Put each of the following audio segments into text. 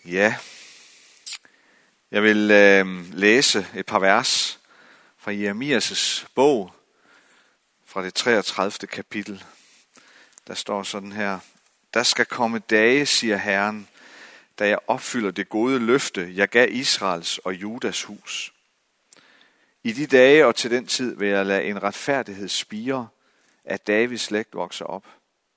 Ja, jeg vil læse et par vers fra Jeremias' bog, fra det 33. kapitel. Der står sådan her: Der skal komme dage, siger Herren, da jeg opfylder det gode løfte, jeg gav Israels og Judas hus. I de dage og til den tid vil jeg lade en retfærdighed spire, at Davids slægt vokser op.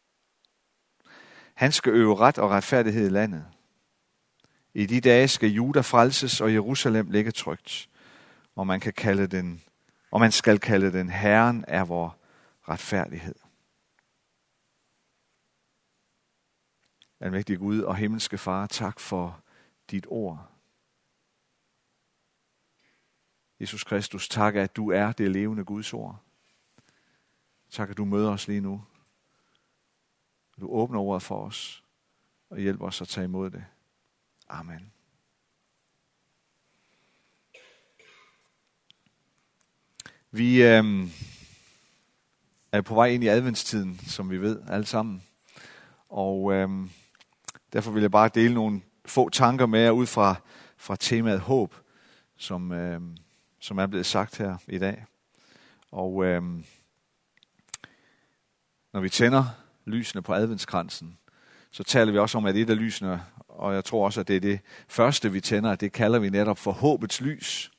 Han skal øve ret og retfærdighed i landet. I de dage skal Juda frelses og Jerusalem ligge trygt, og man skal kalde den Herren er vor retfærdighed. Almægtige Gud og himmelske Far, tak for dit ord. Jesus Kristus, tak at du er det levende Guds ord. Tak at du møder os lige nu. Du åbner ordet for os og hjælper os at tage imod det. Amen. Vi er på vej ind i adventstiden, som vi ved alle sammen. Og derfor vil jeg bare dele nogle få tanker med jer ud fra temaet håb, som er blevet sagt her i dag. Og når vi tænder lysene på adventskransen, så taler vi også om, at et af lysene, og jeg tror også, at det er det første, vi tænder, det kalder vi netop for håbets lys.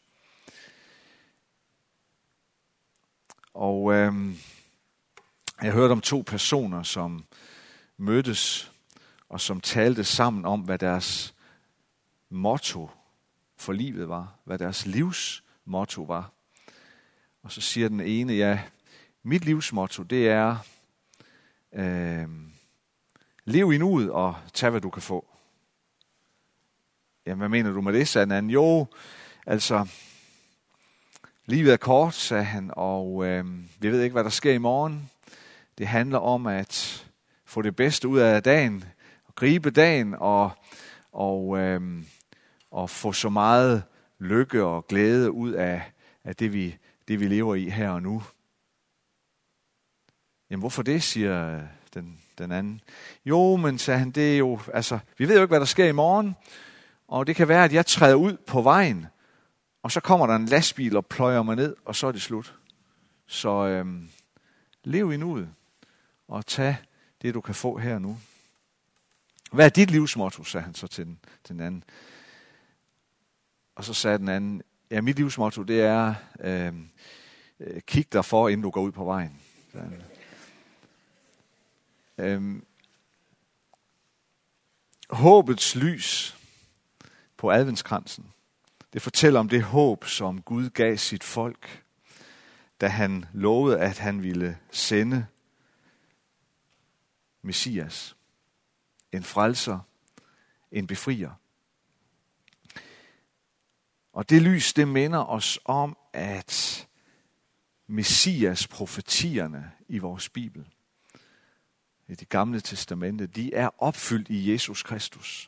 Og jeg hørte om 2 personer, som mødtes og som talte sammen om, hvad deres motto for livet var, hvad deres livsmotto var. Og så siger den ene, ja, mit livsmotto, det er lev i nuet og tag, hvad du kan få. Jamen, hvad mener du med det, sagde den anden? Jo, altså, livet er kort, sagde han, og vi ved ikke, hvad der sker i morgen. Det handler om at få det bedste ud af dagen, og gribe dagen, og få så meget lykke og glæde ud af det, vi lever i her og nu. Jamen, hvorfor det, siger den anden. Jo, men sagde han, det er jo, altså, vi ved jo ikke, hvad der sker i morgen, og det kan være, at jeg træder ud på vejen, og så kommer der en lastbil og pløjer mig ned, og så er det slut. Så lev i nuet, og tag det, du kan få her nu. Hvad er dit livsmotto, sagde han så til den anden. Og så sagde den anden, ja, mit livsmotto, det er, kig dig for, inden du går ud på vejen. Håbets lys på adventskransen, det fortæller om det håb, som Gud gav sit folk, da han lovede, at han ville sende Messias, en frelser, en befrier. Og det lys, det minder os om, at Messias profetierne i vores Bibel, i det gamle testamente, de er opfyldt i Jesus Kristus.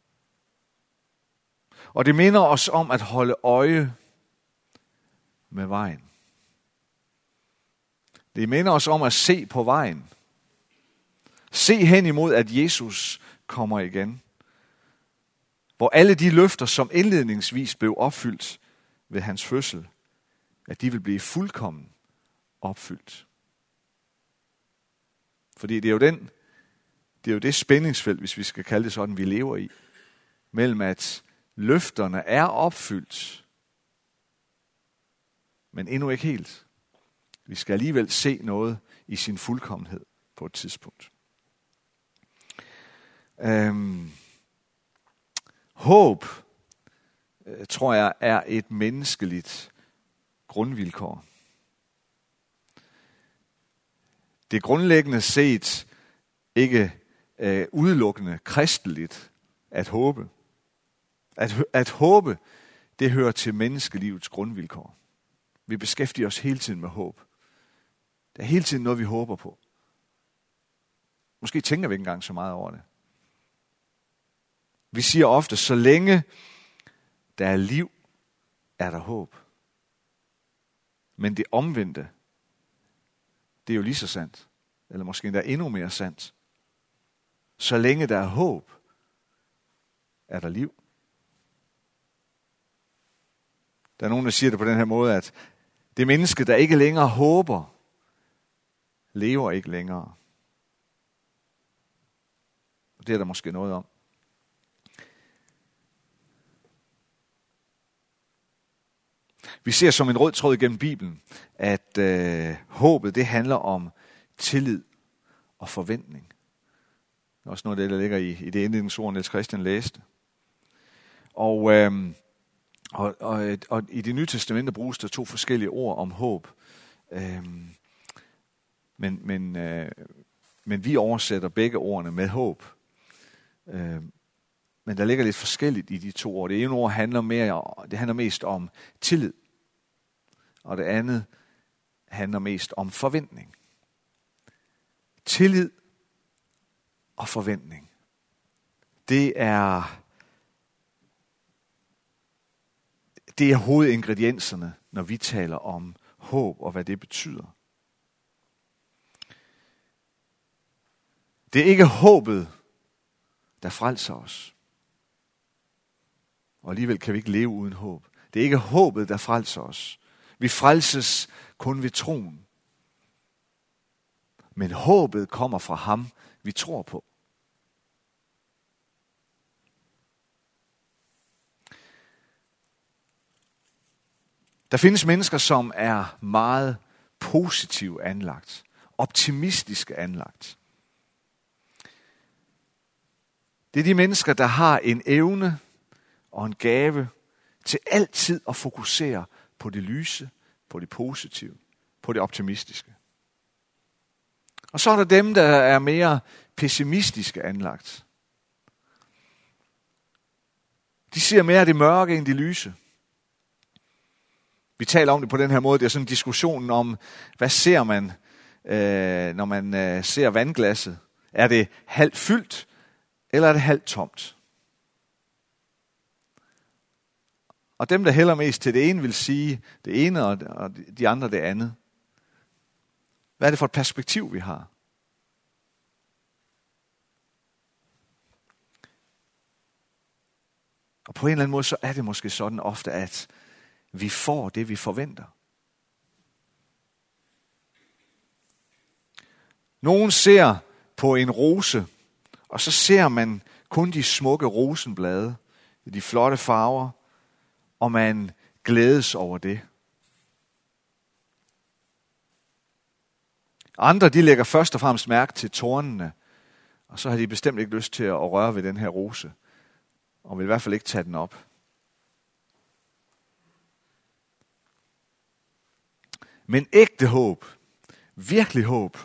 Og det minder os om at holde øje med vejen. Det minder os om at se på vejen. Se hen imod, at Jesus kommer igen. Hvor alle de løfter, som indledningsvis blev opfyldt ved hans fødsel, at de vil blive fuldkommen opfyldt. Fordi det er jo det spændingsfelt, hvis vi skal kalde det sådan, vi lever i. Mellem at løfterne er opfyldt, men endnu ikke helt. Vi skal alligevel se noget i sin fuldkommenhed på et tidspunkt. Håb, tror jeg, er et menneskeligt grundvilkår. Det er grundlæggende set ikke udelukkende kristeligt at håbe. At håbe, det hører til menneskelivets grundvilkår. Vi beskæftiger os hele tiden med håb. Det er hele tiden noget, vi håber på. Måske tænker vi ikke engang så meget over det. Vi siger ofte, så længe der er liv, er der håb. Men det omvendte, det er jo lige så sandt. Eller måske endda endnu mere sandt. Så længe der er håb, er der liv. Der er nogen, der siger det på den her måde, at det menneske, der ikke længere håber, lever ikke længere. Og det er der måske noget om. Vi ser som en rød tråd igennem Bibelen, at håbet det handler om tillid og forventning. Det er også noget af det, der ligger i det indledningsord, Niels Christian læste. Og i det nye testamente bruges der 2 forskellige ord om håb. Men vi oversætter begge ordene med håb. Men der ligger lidt forskelligt i de 2 ord. Det ene ord handler mest om tillid, og det andet handler mest om forventning. Tillid og forventning. Det er hovedingredienserne, når vi taler om håb og hvad det betyder. Det er ikke håbet, der frelser os. Og alligevel kan vi ikke leve uden håb. Det er ikke håbet, der frelser os. Vi frelses kun ved troen. Men håbet kommer fra ham, vi tror på. Der findes mennesker, som er meget positivt anlagt, optimistisk anlagt. Det er de mennesker, der har en evne og en gave til altid at fokusere på det lyse, på det positive, på det optimistiske. Og så er der dem, der er mere pessimistiske anlagt. De ser mere det mørke end det lyse. Vi taler om det på den her måde. Det er sådan en diskussion om, hvad ser man, når man ser vandglasset? Er det halvt fyldt, eller er det halvt tomt? Og dem, der hælder mest til det ene, vil sige det ene, og de andre det andet. Hvad er det for et perspektiv, vi har? Og på en eller anden måde, så er det måske sådan ofte, at vi får det, vi forventer. Nogen ser på en rose, og så ser man kun de smukke rosenblade, de flotte farver, og man glædes over det. Andre, de lægger først og fremmest mærke til tornene, og så har de bestemt ikke lyst til at røre ved den her rose, og vil i hvert fald ikke tage den op. Men ægte håb, virkelig håb,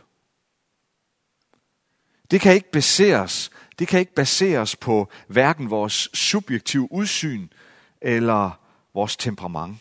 det kan ikke baseres. Det kan ikke baseres på hverken vores subjektive udsyn eller vores temperament.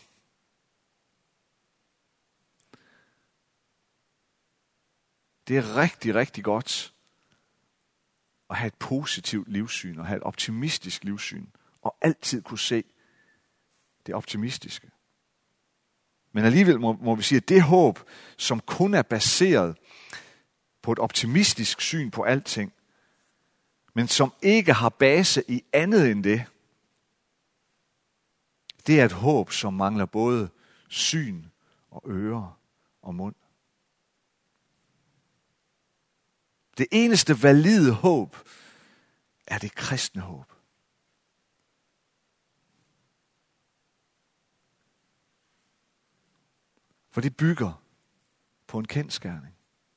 Det er rigtig, rigtig godt at have et positivt livssyn og have et optimistisk livssyn og altid kunne se det optimistiske. Men alligevel må vi sige, at det håb, som kun er baseret på et optimistisk syn på alting, men som ikke har base i andet end det, det er et håb, som mangler både syn og ører og mund. Det eneste valide håb er det kristne håb. For det bygger på en kendsgerning.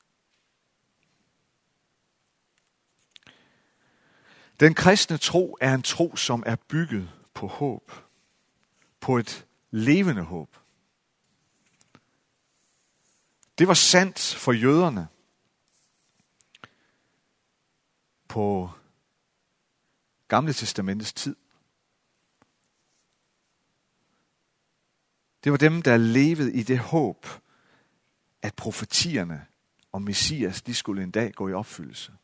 Den kristne tro er en tro, som er bygget på håb. På et levende håb. Det var sandt for jøderne på Gamle Testamentets tid. Det var dem, der levede i det håb, at profetierne om Messias, de skulle en dag gå i opfyldelse.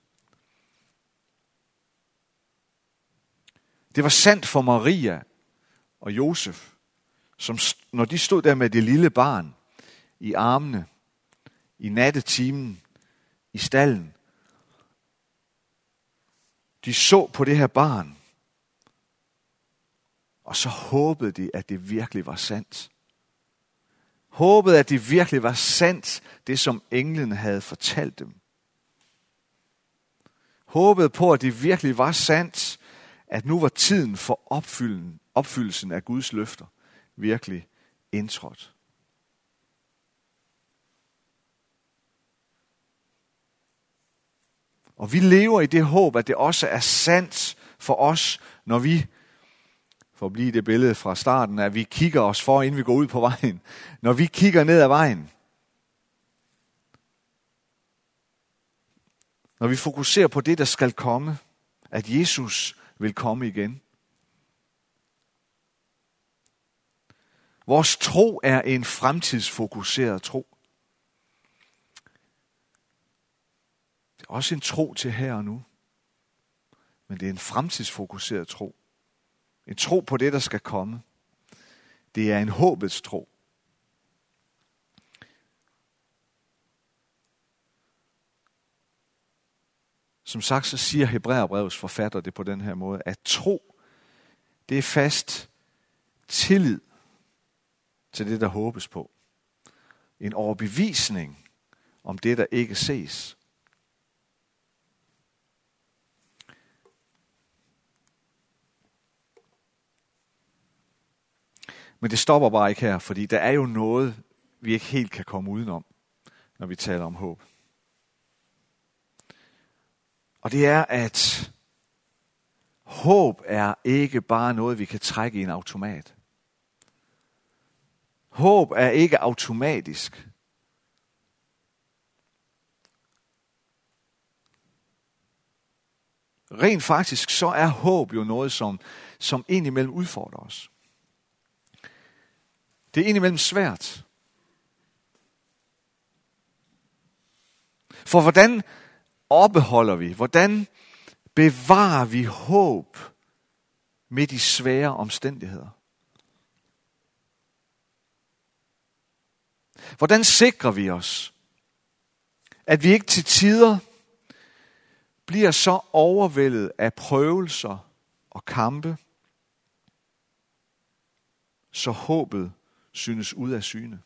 Det var sandt for Maria og Josef, som når de stod der med det lille barn i armene, i nattetimen, i stallen. De så på det her barn, Og så håbede de, at det virkelig var sandt. Håbede, at det virkelig var sandt, det som englene havde fortalt dem. Håbede på, at det virkelig var sandt, at nu var tiden for opfyldelsen af Guds løfter virkelig indtrådt. Og vi lever i det håb, at det også er sandt for os, når vi, for at blive det billede fra starten, at vi kigger os for, inden vi går ud på vejen. Når vi kigger ned ad vejen. Når vi fokuserer på det, der skal komme. At Jesus vil komme igen. Vores tro er en fremtidsfokuseret tro. Det er også en tro til her og nu. Men det er en fremtidsfokuseret tro. En tro på det, der skal komme. Det er en håbets tro. Som sagt, så siger Hebræerbrevets forfatter det på den her måde, at tro, det er fast tillid til det, der håbes på. En overbevisning om det, der ikke ses. Men det stopper bare ikke her, fordi der er jo noget, vi ikke helt kan komme udenom, når vi taler om håb. Og det er, at håb er ikke bare noget, vi kan trække i en automat. Håb er ikke automatisk. Rent faktisk, så er håb jo noget, som indimellem udfordrer os. Det er indimellem svært. For hvordan opbeholder vi, hvordan bevarer vi håb midt i svære omstændigheder? Hvordan sikrer vi os, at vi ikke til tider bliver så overvældet af prøvelser og kampe, så håbet synes ud af syne?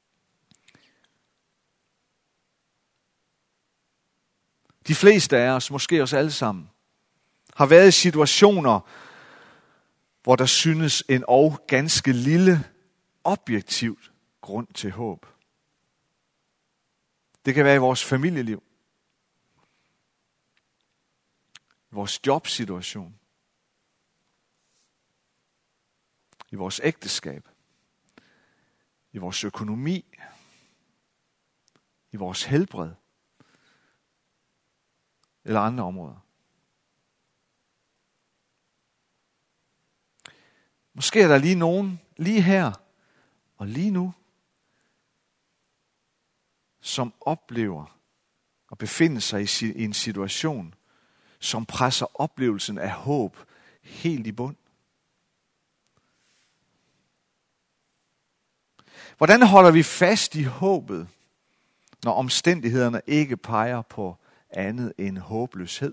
De fleste af os, måske os alle sammen, har været i situationer, hvor der synes en ganske lille objektivt grund til håb. Det kan være i vores familieliv, i vores jobsituation, i vores ægteskab, i vores økonomi, i vores helbred eller andre områder. Måske er der lige nogen, lige her og lige nu, som oplever at befinde sig i en situation, som presser oplevelsen af håb helt i bund. Hvordan holder vi fast i håbet, når omstændighederne ikke peger på andet end håbløshed?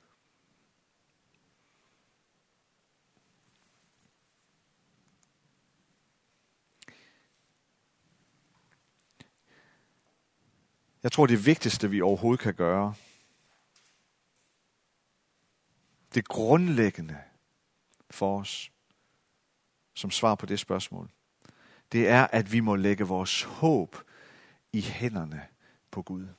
Jeg tror, det vigtigste, vi overhovedet kan gøre, det grundlæggende for os, som svar på det spørgsmål, det er, at vi må lægge vores håb i hænderne på Gud.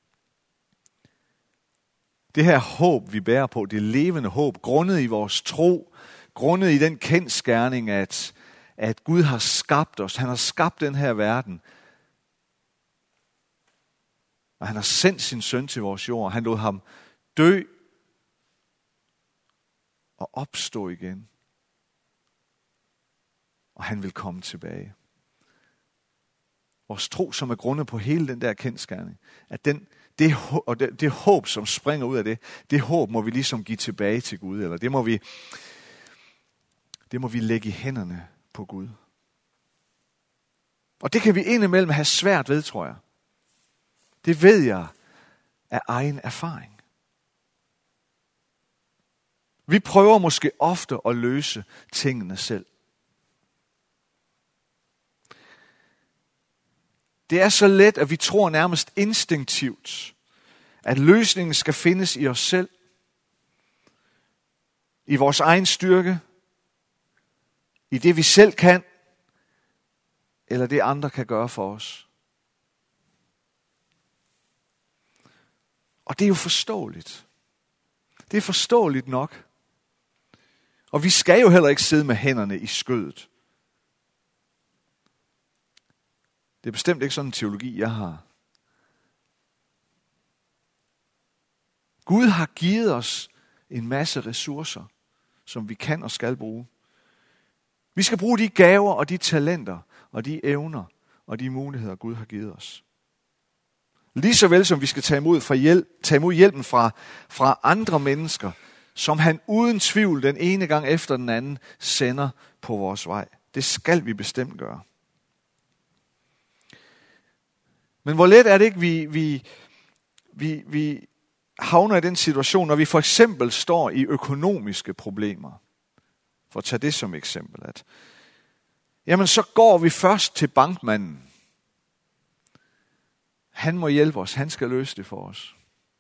Det her håb, vi bærer på, det levende håb, grundet i vores tro, grundet i den kendsgerning, at Gud har skabt os. Han har skabt den her verden. Og han har sendt sin søn til vores jord. Han lod ham dø og opstå igen. Og han vil komme tilbage. Vores tro, som er grundet på hele den der kendsgerning, at det håb, som springer ud af det håb må vi ligesom give tilbage til Gud, eller det må vi lægge i hænderne på Gud. Og det kan vi indimellem have svært ved, tror jeg. Det ved jeg af egen erfaring. Vi prøver måske ofte at løse tingene selv. Det er så let, at vi tror nærmest instinktivt, at løsningen skal findes i os selv, i vores egen styrke, i det vi selv kan, eller det andre kan gøre for os. Og det er jo forståeligt. Det er forståeligt nok. Og vi skal jo heller ikke sidde med hænderne i skødet. Det er bestemt ikke sådan en teologi, jeg har. Gud har givet os en masse ressourcer, som vi kan og skal bruge. Vi skal bruge de gaver og de talenter og de evner og de muligheder, Gud har givet os. Lige så vel som vi skal tage imod hjælpen fra andre mennesker, som han uden tvivl den ene gang efter den anden sender på vores vej. Det skal vi bestemt gøre. Men hvor let er det ikke, vi havner i den situation, når vi for eksempel står i økonomiske problemer. For at tage det som eksempel. Jamen så går vi først til bankmanden. Han må hjælpe os. Han skal løse det for os.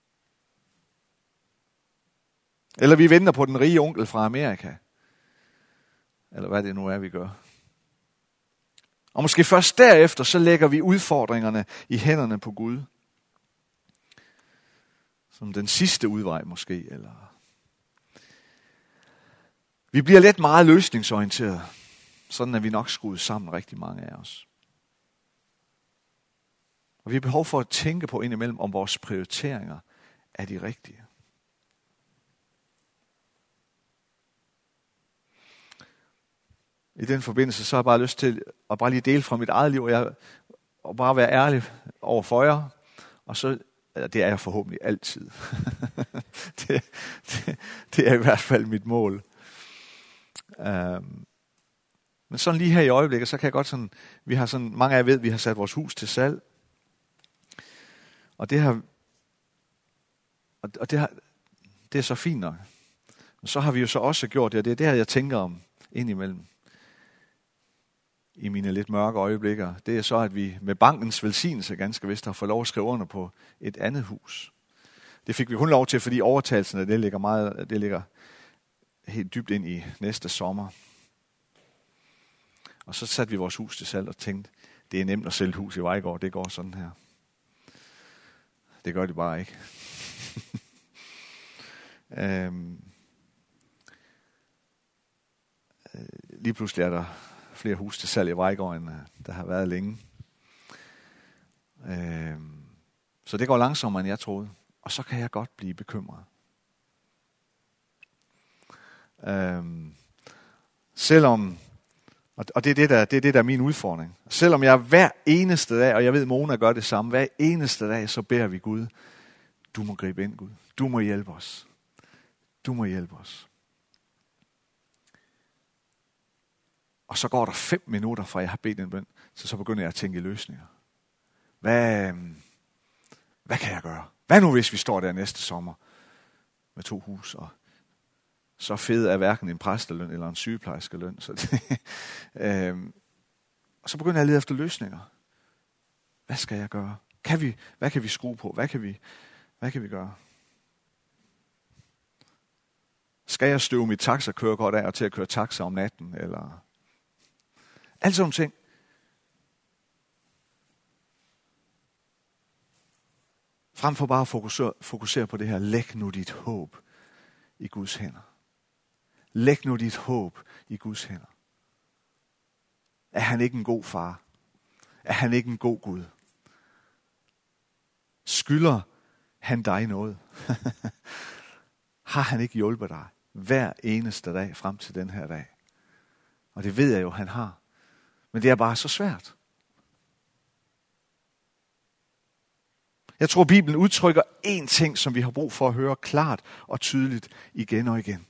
Eller vi venter på den rige onkel fra Amerika. Eller hvad det nu er, vi gør. Og måske først derefter, så lægger vi udfordringerne i hænderne på Gud. Som den sidste udvej måske. Eller vi bliver let meget løsningsorienteret. Sådan er vi nok skruet sammen, rigtig mange af os. Og vi har behov for at tænke på indimellem, om vores prioriteringer er de rigtige. I den forbindelse, så har jeg bare lyst til at bare lige dele fra mit eget liv, og bare være ærlig over for jer. Og så, det er jeg forhåbentlig altid. det er i hvert fald mit mål. Men sådan lige her i øjeblikket, så kan jeg godt sådan, vi har sådan, mange af jer ved, vi har sat vores hus til salg. Og det er så fint nok. Og så har vi jo så også gjort det, og det er det her, jeg tænker om indimellem. I mine lidt mørke øjeblikker. Det er så, at vi med bankens velsignelse ganske vist har fået lov at skrive under på et andet hus. Det fik vi kun lov til, fordi overtagelsen af det ligger helt dybt ind i næste sommer. Og så satte vi vores hus til salg og tænkte, det er nemt at sælge et hus i Vejgaard, det går sådan her. Det gør det bare ikke. Lige pludselig er der flere hus til salg i Vejgaard, end der har været længe. Så det går langsommere, end jeg troede. Og så kan jeg godt blive bekymret. Selvom, og det er det, der er min udfordring. Selvom jeg hver eneste dag, og jeg ved, Mona gør det samme, hver eneste dag, så beder vi Gud, du må gribe ind, Gud. Du må hjælpe os. Du må hjælpe os. Og så går der 5 minutter, fra jeg har bedt en bøn, så begynder jeg at tænke i løsninger. Hvad kan jeg gøre? Hvad nu, hvis vi står der næste sommer med 2 hus, og så fed er hverken en præsteløn eller en sygeplejerskeløn. Og så begynder jeg at lede efter løsninger. Hvad skal jeg gøre? Hvad kan vi skrue på? Hvad kan vi gøre? Skal jeg støve mit taxakørekort af og til at køre taxa om natten? Eller alt sådan ting. Frem for bare at fokusere på det her, læg nu dit håb i Guds hænder. Læg nu dit håb i Guds hænder. Er han ikke en god far? Er han ikke en god Gud? Skylder han dig noget? Har han ikke hjulpet dig hver eneste dag frem til den her dag? Og det ved jeg jo, han har. Men det er bare så svært. Jeg tror, Bibelen udtrykker én ting, som vi har brug for at høre klart og tydeligt igen og igen.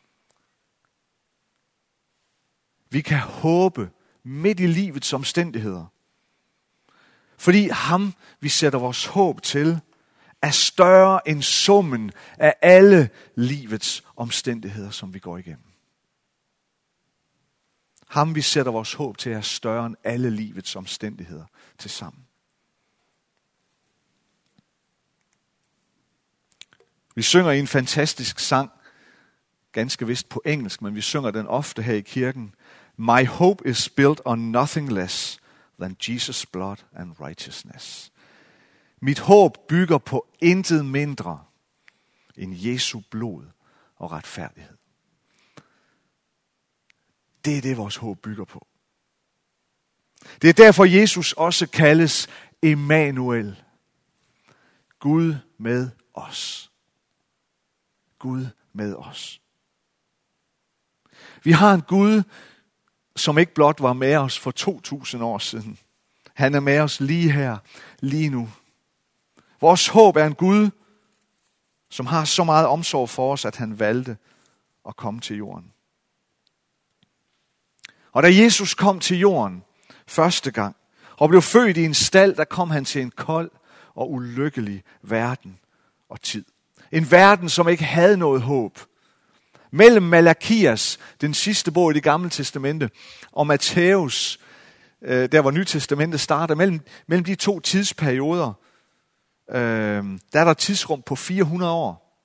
Vi kan håbe midt i livets omstændigheder. Fordi ham, vi sætter vores håb til, er større end summen af alle livets omstændigheder, som vi går igennem. Ham, vi sætter vores håb til, er større end alle livets omstændigheder til sammen. Vi synger i en fantastisk sang, ganske vist på engelsk, men vi synger den ofte her i kirken. My hope is built on nothing less than Jesus' blood and righteousness. Mit håb bygger på intet mindre end Jesu blod og retfærdighed. Det er det, vores håb bygger på. Det er derfor, Jesus også kaldes Emmanuel. Gud med os. Gud med os. Vi har en Gud, som ikke blot var med os for 2000 år siden. Han er med os lige her, lige nu. Vores håb er en Gud, som har så meget omsorg for os, at han valgte at komme til jorden. Og da Jesus kom til jorden første gang, og blev født i en stald, der kom han til en kold og ulykkelig verden og tid. En verden, som ikke havde noget håb. Mellem Malakias, den sidste bog i Det Gamle Testamente, og Matthæus, der hvor Nye Testamentet starter, mellem de to tidsperioder, der er der et tidsrum på 400 år.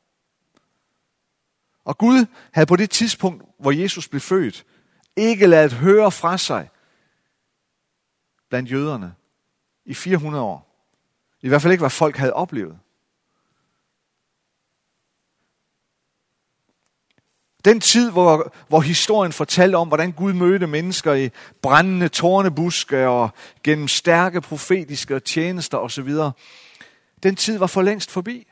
Og Gud havde på det tidspunkt, hvor Jesus blev født, ikke ladet høre fra sig blandt jøderne i 400 år. I hvert fald ikke, hvad folk havde oplevet. Den tid, hvor historien fortalte om, hvordan Gud mødte mennesker i brændende tornebuske og gennem stærke profetiske tjenester osv., den tid var for længst forbi.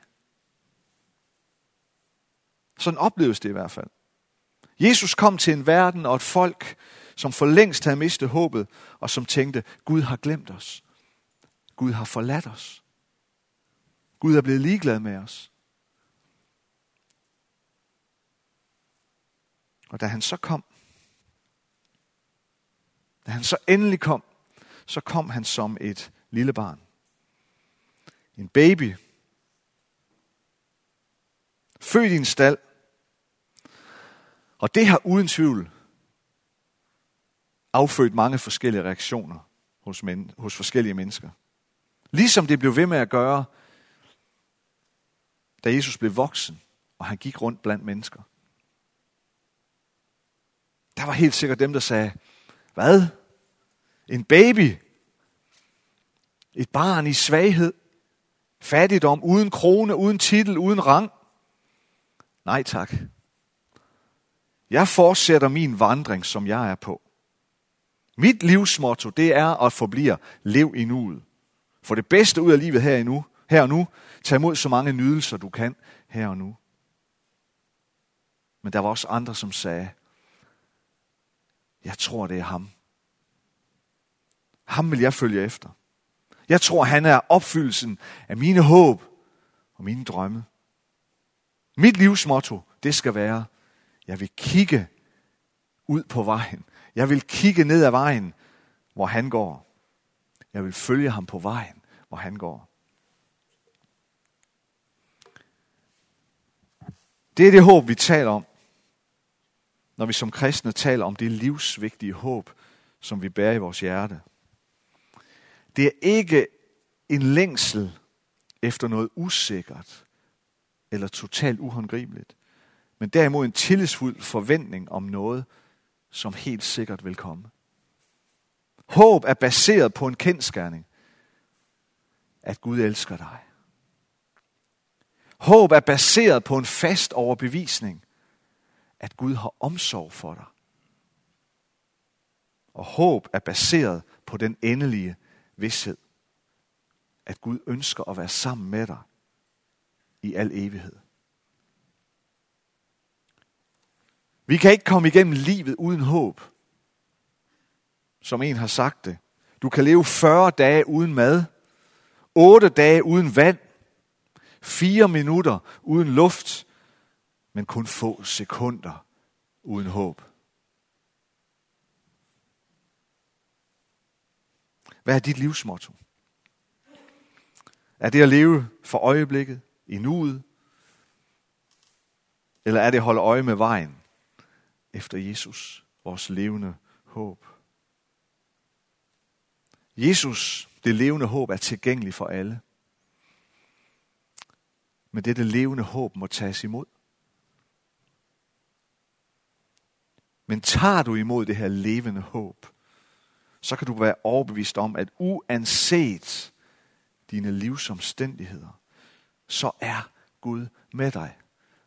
Sådan opleves det i hvert fald. Jesus kom til en verden og et folk, som for længst havde mistet håbet, og som tænkte, Gud har glemt os. Gud har forladt os. Gud er blevet ligeglad med os. Og da han så endelig kom, så kom han som et lille barn. En baby. Født i en stald. Og det har uden tvivl affødt mange forskellige reaktioner hos forskellige mennesker. Ligesom det blev ved med at gøre, da Jesus blev voksen, og han gik rundt blandt mennesker. Der var helt sikkert dem, der sagde, hvad? En baby? Et barn i svaghed? Fattigdom? Uden krone? Uden titel? Uden rang? Nej tak. Jeg fortsætter min vandring, som jeg er på. Mit livsmotto, det er at forblive lev i nuet. For det bedste ud af livet her og nu, tag imod så mange nydelser, du kan her og nu. Men der var også andre, som sagde, jeg tror, det er ham. Ham vil jeg følge efter. Jeg tror, han er opfyldelsen af mine håb og mine drømme. Mit livsmotto, det skal være, jeg vil kigge ud på vejen. Jeg vil kigge ned ad vejen, hvor han går. Jeg vil følge ham på vejen, hvor han går. Det er det håb, vi taler om, når vi som kristne taler om det livsvigtige håb, som vi bærer i vores hjerte. Det er ikke en længsel efter noget usikkert eller totalt uhåndgribeligt, men derimod en tillidsfuld forventning om noget, som helt sikkert vil komme. Håb er baseret på en kendsgerning, at Gud elsker dig. Håb er baseret på en fast overbevisning, at Gud har omsorg for dig. Og håb er baseret på den endelige vished, at Gud ønsker at være sammen med dig i al evighed. Vi kan ikke komme igennem livet uden håb. Som en har sagt det. Du kan leve 40 dage uden mad, 8 dage uden vand, 4 minutter uden luft, men kun få sekunder uden håb. Hvad er dit livsmotto? Er det at leve for øjeblikket, i nuet? Eller er det at holde øje med vejen efter Jesus, vores levende håb? Jesus, det levende håb, er tilgængelig for alle. Men dette levende håb må tages imod. Men tager du imod det her levende håb, så kan du være overbevist om, at uanset dine livsomstændigheder, så er Gud med dig.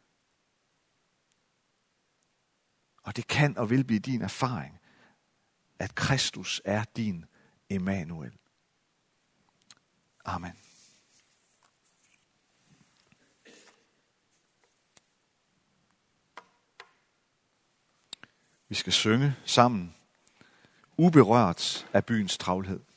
Og det kan og vil blive din erfaring, at Kristus er din Emmanuel. Amen. Vi skal synge sammen, uberørt af byens travlhed.